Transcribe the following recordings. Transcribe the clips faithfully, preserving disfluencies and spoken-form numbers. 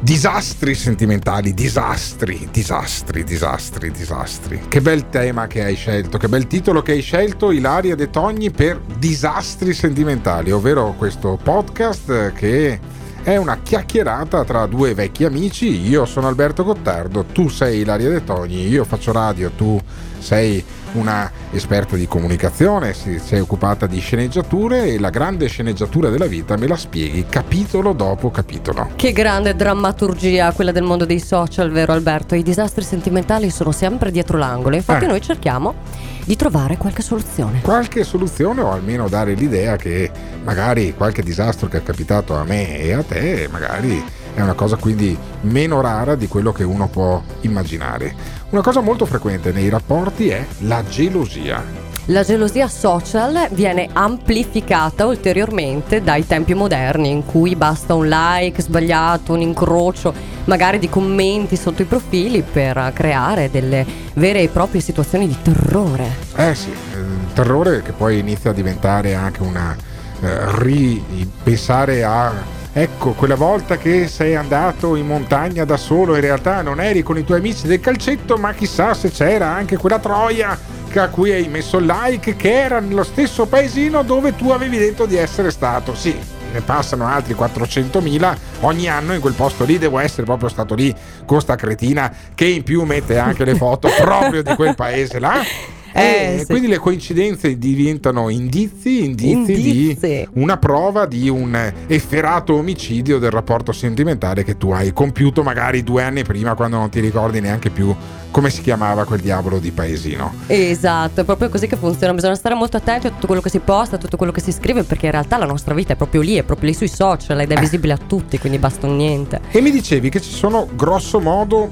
Disastri sentimentali, disastri, disastri, disastri, disastri. Che bel tema che hai scelto, che bel titolo che hai scelto, Ilaria De Togni, per Disastri sentimentali, ovvero questo podcast che è una chiacchierata tra due vecchi amici. Io sono Alberto Gottardo, tu sei Ilaria De Togni, io faccio radio, tu sei una esperta di comunicazione, si sei occupata di sceneggiature e la grande sceneggiatura della vita me la spieghi capitolo dopo capitolo. Che grande drammaturgia quella del mondo dei social, vero Alberto? I disastri sentimentali sono sempre dietro l'angolo, infatti eh. noi cerchiamo di trovare qualche soluzione. Qualche soluzione, o almeno dare l'idea che magari qualche disastro che è capitato a me e a te magari è una cosa quindi meno rara di quello che uno può immaginare. Una cosa molto frequente nei rapporti è la gelosia. La gelosia social viene amplificata ulteriormente dai tempi moderni, in cui basta un like sbagliato, un incrocio magari di commenti sotto i profili per creare delle vere e proprie situazioni di terrore. Eh sì, il terrore che poi inizia a diventare anche una eh, ripensare a... Ecco, quella volta che sei andato in montagna da solo, in realtà non eri con i tuoi amici del calcetto, ma chissà se c'era anche quella troia a cui hai messo il like, che era nello stesso paesino dove tu avevi detto di essere stato. Sì, ne passano altri quattrocentomila ogni anno in quel posto lì, devo essere proprio stato lì con sta cretina che in più mette anche le foto proprio di quel paese là. Eh, sì. Quindi le coincidenze diventano indizi, indizi, indizi di una prova di un efferato omicidio del rapporto sentimentale che tu hai compiuto magari due anni prima, quando non ti ricordi neanche più come si chiamava quel diavolo di paesino. Esatto, è proprio così che funziona. Bisogna stare molto attenti a tutto quello che si posta, a tutto quello che si scrive, perché in realtà la nostra vita è proprio lì, è proprio lì sui social ed è eh. visibile a tutti, quindi basta un niente. E mi dicevi che ci sono grosso modo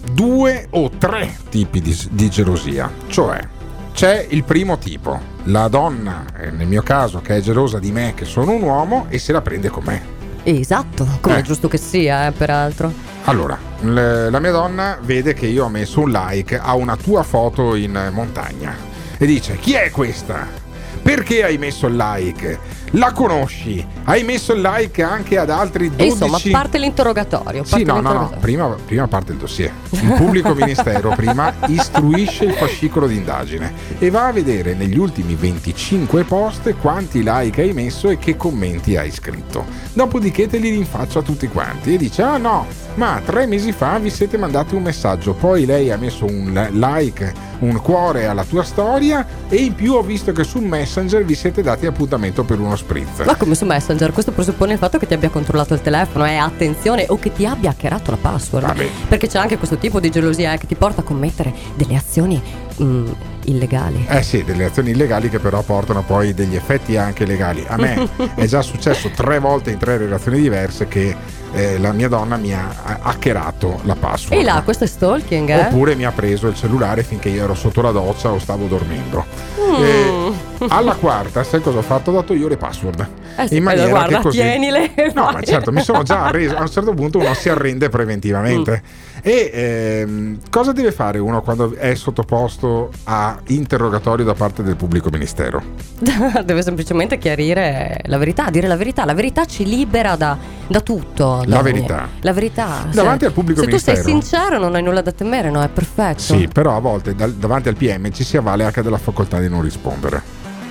due o tre tipi di, di gelosia, cioè c'è il primo tipo, la donna, nel mio caso, che è gelosa di me che sono un uomo e se la prende con me. Esatto, come eh. è giusto che sia, eh, peraltro. Allora, l- la mia donna vede che io ho messo un like a una tua foto in montagna e dice: chi è questa? Perché hai messo il like? La conosci? Hai messo il like anche ad altri dodici? E insomma, parte l'interrogatorio. Parte sì, no, l'interrogatorio. no, no. Prima, prima parte il dossier. Il pubblico ministero prima istruisce il fascicolo di indagine e va a vedere negli ultimi venticinque post quanti like hai messo e che commenti hai scritto. Dopodiché te li rinfaccia tutti quanti e dice: ah no, ma tre mesi fa vi siete mandati un messaggio, poi lei ha messo un like, un cuore alla tua storia e in più ho visto che su Messenger vi siete dati appuntamento per uno spritz. Ma come su Messenger? Questo presuppone il fatto che ti abbia controllato il telefono, eh, attenzione, o che ti abbia hackerato la password. Vabbè. Perché c'è anche questo tipo di gelosia eh, che ti porta a commettere delle azioni mh, illegali. Eh sì, delle azioni illegali che però portano poi degli effetti anche legali. A me è già successo tre volte in tre relazioni diverse che eh, la mia donna mi ha hackerato la password. E là, questo è stalking, eh? Oppure mi ha preso il cellulare finché io ero sotto la doccia o stavo dormendo. Mm. E alla quarta, sai cosa ho fatto? Ho dato io le password. Eh sì, in maniera guarda, che così... tienile. No, vai. ma certo, mi sono già arreso. A un certo punto uno si arrende preventivamente. Mm. E ehm, cosa deve fare uno quando è sottoposto a interrogatorio da parte del pubblico ministero? Deve semplicemente chiarire la verità, dire la verità. La verità ci libera da, da tutto. La da, verità. La verità. Davanti se, al pubblico se ministero. Se tu sei sincero non hai nulla da temere, no? È perfetto. Sì, però a volte dal, davanti al P M ci si avvale anche della facoltà di non rispondere.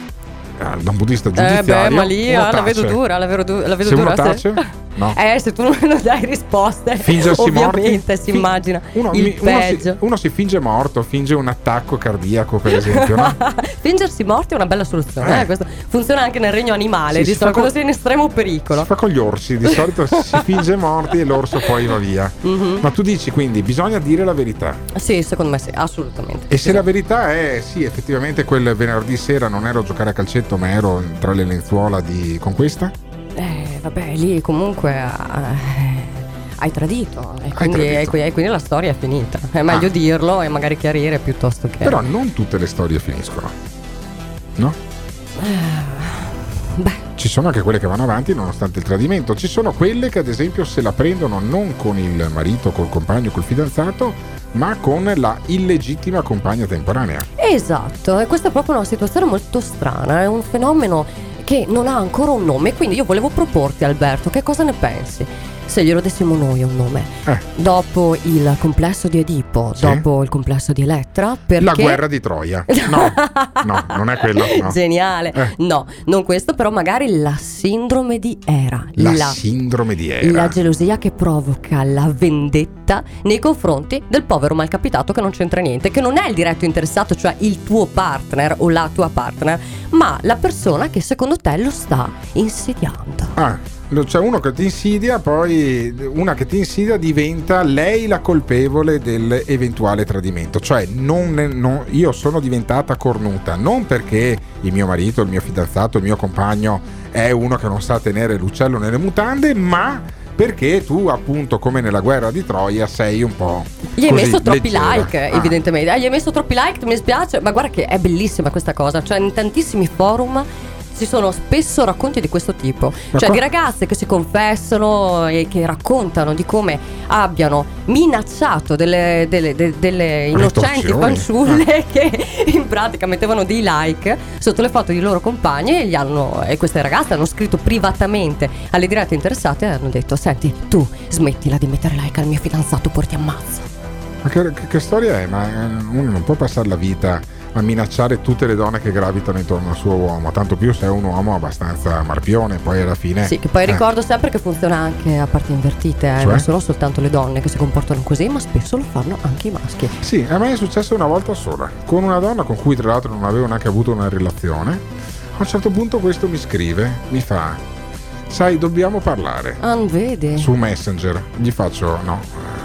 Da un punto di vista giudiziario, eh beh, ma lì ah, la vedo dura, la vedo, du- la vedo se dura. Uno tace, se... no. Eh, se tu non dai risposte, fingersi ovviamente morti, si fi- immagina uno, il mi, uno, peggio. si, uno si finge morto, finge un attacco cardiaco, per esempio, no? Fingersi morti è una bella soluzione, eh. Eh, questo funziona anche nel regno animale, sì, di solito quando con, sei in estremo pericolo. Si fa con gli orsi, di solito si finge morti e l'orso poi va via. Mm-hmm. Ma tu dici quindi bisogna dire la verità? Sì, secondo me sì, assolutamente. E se la verità è sì, effettivamente quel venerdì sera non ero a giocare a calcetto, ma ero tra le lenzuola di Conquista? Eh, vabbè, lì comunque eh, hai tradito e quindi, tradito. E quindi la storia è finita. È meglio ah. dirlo e magari chiarire piuttosto che... Però non tutte le storie finiscono, no? Uh, beh. Ci sono anche quelle che vanno avanti nonostante il tradimento. Ci sono quelle che ad esempio se la prendono non con il marito, col compagno, col fidanzato, ma con la illegittima compagna temporanea. Esatto, e questa è proprio una situazione molto strana, è un fenomeno che non ha ancora un nome, quindi io volevo proporti, Alberto, che cosa ne pensi? se glielo dessimo noi un nome, Eh. dopo il complesso di Edipo, Sì. dopo il complesso di Elettra, perché... La guerra di Troia. No, no, non è quello. No. Geniale. Eh. No, non questo, però magari la sindrome di Era. La, sindrome di Era. La gelosia che provoca la vendetta nei confronti del povero malcapitato che non c'entra niente, che non è il diretto interessato, cioè il tuo partner o la tua partner, ma la persona che secondo te lo sta insidiando. Ah, c'è uno che ti insidia, poi una che ti insidia diventa lei la colpevole dell'eventuale tradimento. Cioè non, non, io sono diventata cornuta non perché il mio marito, il mio fidanzato, il mio compagno è uno che non sa tenere l'uccello nelle mutande, ma perché tu, appunto, come nella guerra di Troia, sei un po' gli hai così, messo troppi leggera. like, Ah. evidentemente. Ah, gli hai messo troppi like, mi spiace, ma guarda che è bellissima questa cosa. Cioè, in tantissimi forum ci sono spesso racconti di questo tipo, Ma cioè qua- di ragazze che si confessano e che raccontano di come abbiano minacciato delle, delle- de- delle innocenti Ritorsioni. fanciulle che in pratica mettevano dei like sotto le foto di loro compagni e, gli hanno, e queste ragazze hanno scritto privatamente alle dirette interessate e hanno detto: senti, tu smettila di mettere like al mio fidanzato oppure ti ammazzo. Ma che, che- che storia è? Ma eh, uno non può passare la vita a minacciare tutte le donne che gravitano intorno al suo uomo, tanto più se è un uomo abbastanza marpione, poi alla fine... Sì, che poi eh, ricordo sempre che funziona anche a parti invertite, eh. Cioè? Non sono soltanto le donne che si comportano così, ma spesso lo fanno anche i maschi. Sì, a me è successo una volta sola, con una donna con cui tra l'altro non avevo neanche avuto una relazione. A un certo punto questo mi scrive, mi fa: sai, dobbiamo parlare. Ah, vedi? Su Messenger. Gli faccio: no,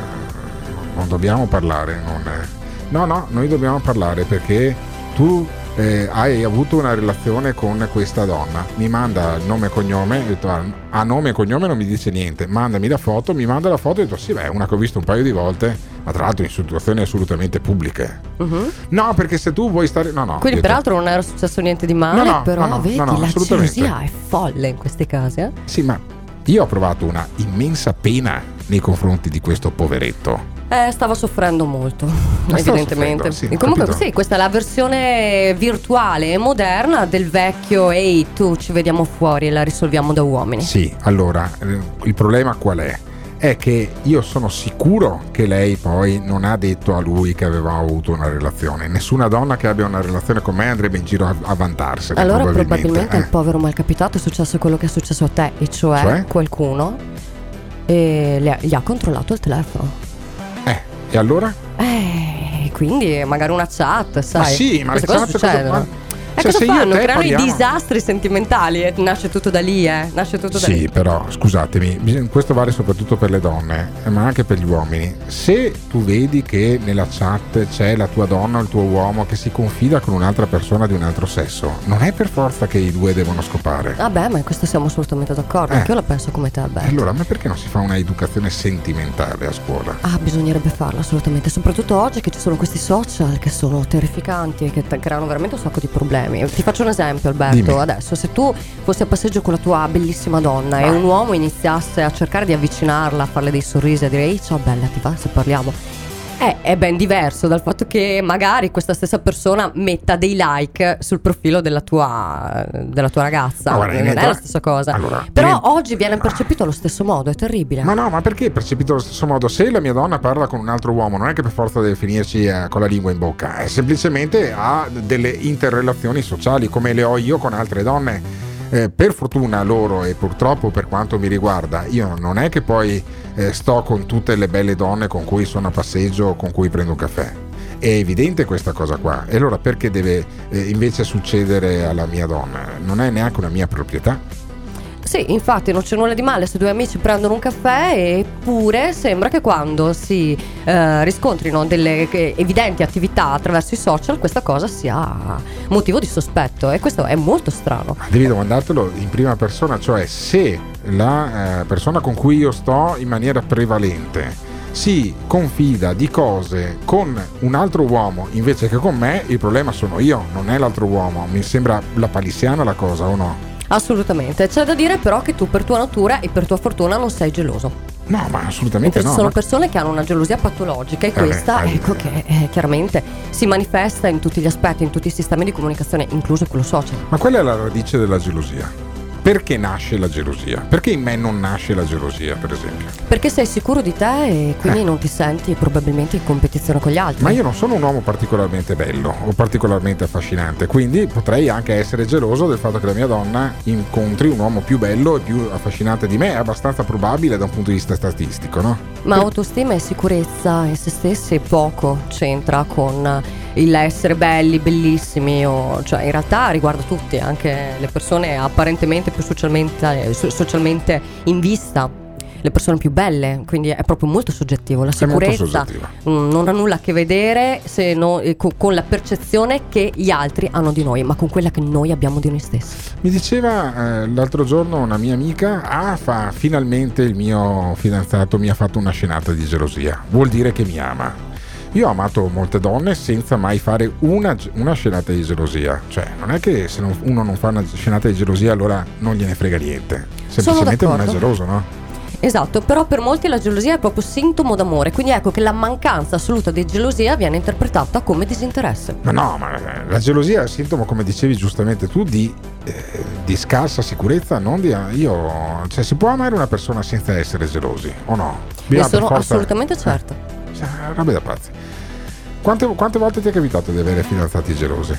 eh, non dobbiamo parlare, non è... No, no, noi dobbiamo parlare perché tu eh, hai avuto una relazione con questa donna. Mi manda il nome e cognome, ho detto, ah, a nome e cognome non mi dice niente, mandami la foto, mi manda la foto e ho detto sì, beh, è una che ho visto un paio di volte, ma tra l'altro in situazioni assolutamente pubbliche. Mhm. No, perché se tu vuoi stare... No, no. Quindi ho detto, peraltro non era successo niente di male, No, no, però no, no, vedi, no, no, la assolutamente. gelosia è folle in questi casi, eh? Sì, ma io ho provato una immensa pena nei confronti di questo poveretto. Eh, stava soffrendo molto, Ma stava evidentemente. soffrendo, sì, E ho comunque capito. sì, questa è la versione virtuale e moderna del vecchio ehi, tu ci vediamo fuori e la risolviamo da uomini. Sì, allora, eh, il problema qual è? È che io sono sicuro che lei poi non ha detto a lui che avevamo avuto una relazione. Nessuna donna che abbia una relazione con me andrebbe in giro a, a vantarsene. Allora probabilmente, probabilmente eh. al povero malcapitato è successo quello che è successo a te, e cioè, Cioè? qualcuno e le ha- gli ha controllato il telefono. Eh, e allora? Eh, quindi magari una chat, sai. Ma sì, ma queste le cose chat cosa succedono. fanno? E Cioè, cosa se io e fanno? te Creano parliamo- i disastri sentimentali e nasce tutto da lì, eh. Nasce tutto da Sì, lì. però scusatemi, bisogna- questo vale soprattutto per le donne, eh, ma anche per gli uomini. Se tu vedi che nella chat c'è la tua donna o il tuo uomo che si confida con un'altra persona di un altro sesso, non è per forza che i due devono scopare. Vabbè, ma in questo siamo assolutamente d'accordo. Eh. Anche io la penso come te, Alberto. Allora, ma perché non si fa una educazione sentimentale a scuola? Ah, bisognerebbe farlo assolutamente, soprattutto oggi che ci sono questi social che sono terrificanti e che t- creano veramente un sacco di problemi. Ti faccio un esempio, Alberto. Dimmi. Adesso, se tu fossi a passeggio con la tua bellissima donna e Ah. un uomo iniziasse a cercare di avvicinarla, a farle dei sorrisi, a dire ehi, ciao bella, ti va se parliamo? Eh, è ben diverso dal fatto che magari questa stessa persona metta dei like sul profilo della tua, della tua ragazza. Ma guarda, non in è entra- la stessa cosa. Allora, Però in- oggi viene percepito allo stesso modo, è terribile. Ma no, ma perché è percepito allo stesso modo? Se la mia donna parla con un altro uomo, non è che per forza deve finirci eh, con la lingua in bocca, è semplicemente ha delle interrelazioni sociali come le ho io con altre donne. Eh, per fortuna loro, e purtroppo per quanto mi riguarda, io non è che poi eh, sto con tutte le belle donne con cui sono a passeggio o con cui prendo un caffè. È evidente questa cosa qua. E allora perché deve eh, invece succedere alla mia donna? Non è neanche una mia proprietà. Sì, infatti non c'è nulla di male se due amici prendono un caffè, eppure sembra che quando si eh, riscontrino delle eh, evidenti attività attraverso i social questa cosa sia motivo di sospetto, e questo è molto strano. Devi domandartelo in prima persona, cioè se la eh, persona con cui io sto in maniera prevalente si confida di cose con un altro uomo invece che con me, il problema sono io, non è l'altro uomo. Mi sembra la palissiana la cosa, o no? Assolutamente. C'è da dire però che tu per tua natura e per tua fortuna non sei geloso. No, ma assolutamente Mentre no. ci sono ma- persone che hanno una gelosia patologica e Eh beh, questa, eh, ecco, che eh, chiaramente si manifesta in tutti gli aspetti, in tutti i sistemi di comunicazione, incluso quello social. Ma qual è la radice della gelosia? perché nasce la gelosia? Perché in me non nasce la gelosia, per esempio? Perché sei sicuro di te e quindi Eh. non ti senti probabilmente in competizione con gli altri. Ma io non sono un uomo particolarmente bello o particolarmente affascinante, quindi potrei anche essere geloso del fatto che la mia donna incontri un uomo più bello e più affascinante di me. È abbastanza probabile da un punto di vista statistico, no? Ma Per- autostima e sicurezza in se stessi poco c'entra con il essere belli, bellissimi, o, cioè in realtà riguarda tutti, anche le persone apparentemente più socialmente, so- socialmente in vista, le persone più belle, quindi è proprio molto soggettivo. La È molto sicurezza soggettivo. mm, non ha nulla a che vedere se no- eh, co- con la percezione che gli altri hanno di noi, ma con quella che noi abbiamo di noi stessi. Mi diceva eh, l'altro giorno una mia amica: ah, fa, finalmente il mio fidanzato mi ha fatto una scenata di gelosia, vuol dire che mi ama. Io ho amato molte donne senza mai fare una, una scenata di gelosia. Cioè, non è che se non- uno non fa una scenata di gelosia allora non gliene frega niente. Semplicemente non è d'accordo. geloso, no? Esatto, però per molti la gelosia è proprio sintomo d'amore, quindi ecco che la mancanza assoluta di gelosia viene interpretata come disinteresse. Ma no, ma la gelosia è il sintomo, come dicevi giustamente tu, di, eh, di scarsa sicurezza, non di... Io, cioè, si può amare una persona senza essere gelosi, o no? Ne Bisogna per sono forza- assolutamente certa. Eh, cioè, robe da pazzi. Quante, quante volte ti è capitato di avere fidanzati gelosi?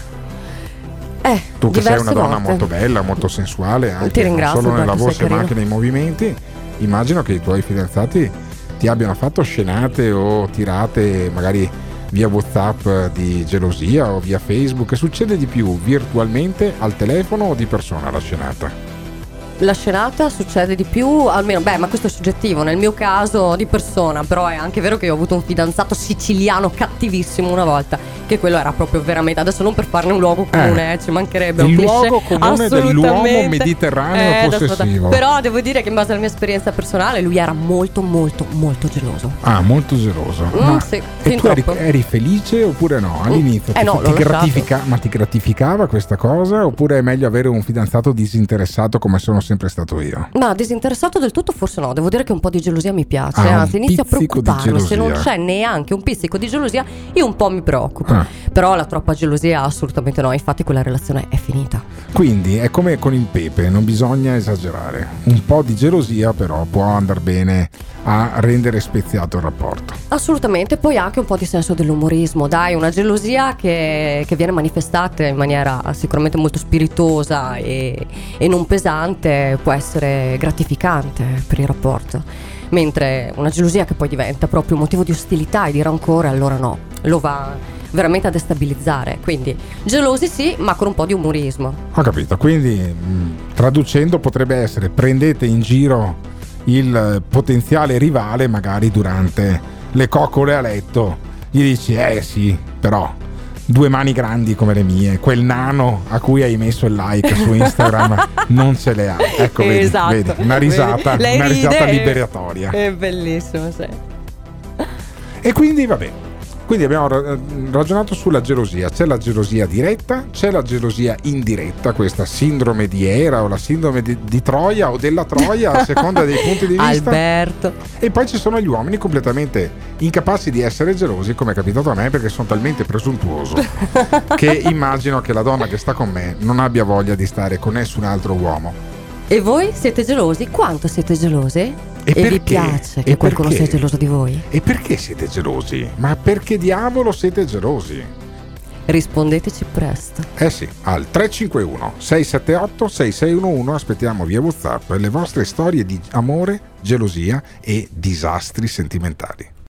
Eh, Tu che sei diverse una donna volte. molto bella, molto sensuale, anche Ti ringrazio, non solo nella perché voce sei ma carino. anche nei movimenti, immagino che i tuoi fidanzati ti abbiano fatto scenate o tirate magari via WhatsApp di gelosia o via Facebook. Che succede di più, virtualmente, al telefono o di persona la scenata? La scenata succede di più, almeno, beh, ma questo è soggettivo, nel mio caso di persona, però è anche vero che io ho avuto un fidanzato siciliano cattivissimo una volta, che quello era proprio veramente, adesso non per farne un luogo comune, eh, ci mancherebbe il un cliché, luogo comune dell'uomo assolutamente. mediterraneo Eh, adesso- possessivo. Però devo dire che in base alla mia esperienza personale lui era molto molto molto geloso. Ah, molto geloso. Mm, Ma sì, e fin tu eri, troppo. eri felice oppure no? All'inizio Eh ti, no, ti l'ho lasciato. gratifica- ma ti gratificava questa cosa oppure è meglio avere un fidanzato disinteressato come sono sempre stato io? Ma disinteressato del tutto forse no, devo dire che un po' di gelosia mi piace, Ah, un anzi inizio a pizzico di preoccuparmi, se non gelosia. c'è neanche un pizzico di gelosia io un po' mi preoccupo, Ah. però la troppa gelosia assolutamente no, infatti quella relazione è finita. Quindi è come con il pepe, non bisogna esagerare. Un po' di gelosia però può andare bene a rendere speziato il rapporto. Assolutamente, poi anche un po' di senso dell'umorismo, dai, una gelosia che, che viene manifestata in maniera sicuramente molto spiritosa e, e non pesante può essere gratificante per il rapporto, mentre una gelosia che poi diventa proprio motivo di ostilità e di rancore, allora no, lo va veramente a destabilizzare, quindi gelosi sì, ma con un po' di umorismo. Ho capito, quindi mh, traducendo potrebbe essere: prendete in giro il potenziale rivale magari durante le coccole a letto, gli dici eh sì, però due mani grandi come le mie, quel nano a cui hai messo il like su Instagram non ce le ha. Ecco, vedi, Esatto, vedi, una risata, vedi? Lei una risata ride e- liberatoria. È bellissimo, sì. E quindi vabbè, quindi abbiamo ra- ragionato sulla gelosia. C'è la gelosia diretta, c'è la gelosia indiretta, questa sindrome di Era o la sindrome di, di Troia o della Troia a seconda dei punti di vista. Alberto. E poi ci sono gli uomini completamente incapaci di essere gelosi, come è capitato a me, perché sono talmente presuntuoso che immagino che la donna che sta con me non abbia voglia di stare con nessun altro uomo. E voi siete gelosi? Quanto siete gelosi? E vi perché? piace che E qualcuno perché? sia geloso di voi? E perché siete gelosi? Ma perché diavolo siete gelosi? Rispondeteci presto. Eh sì, al tre cinque uno sei sette otto sei sei uno uno aspettiamo via WhatsApp le vostre storie di amore, gelosia e disastri sentimentali.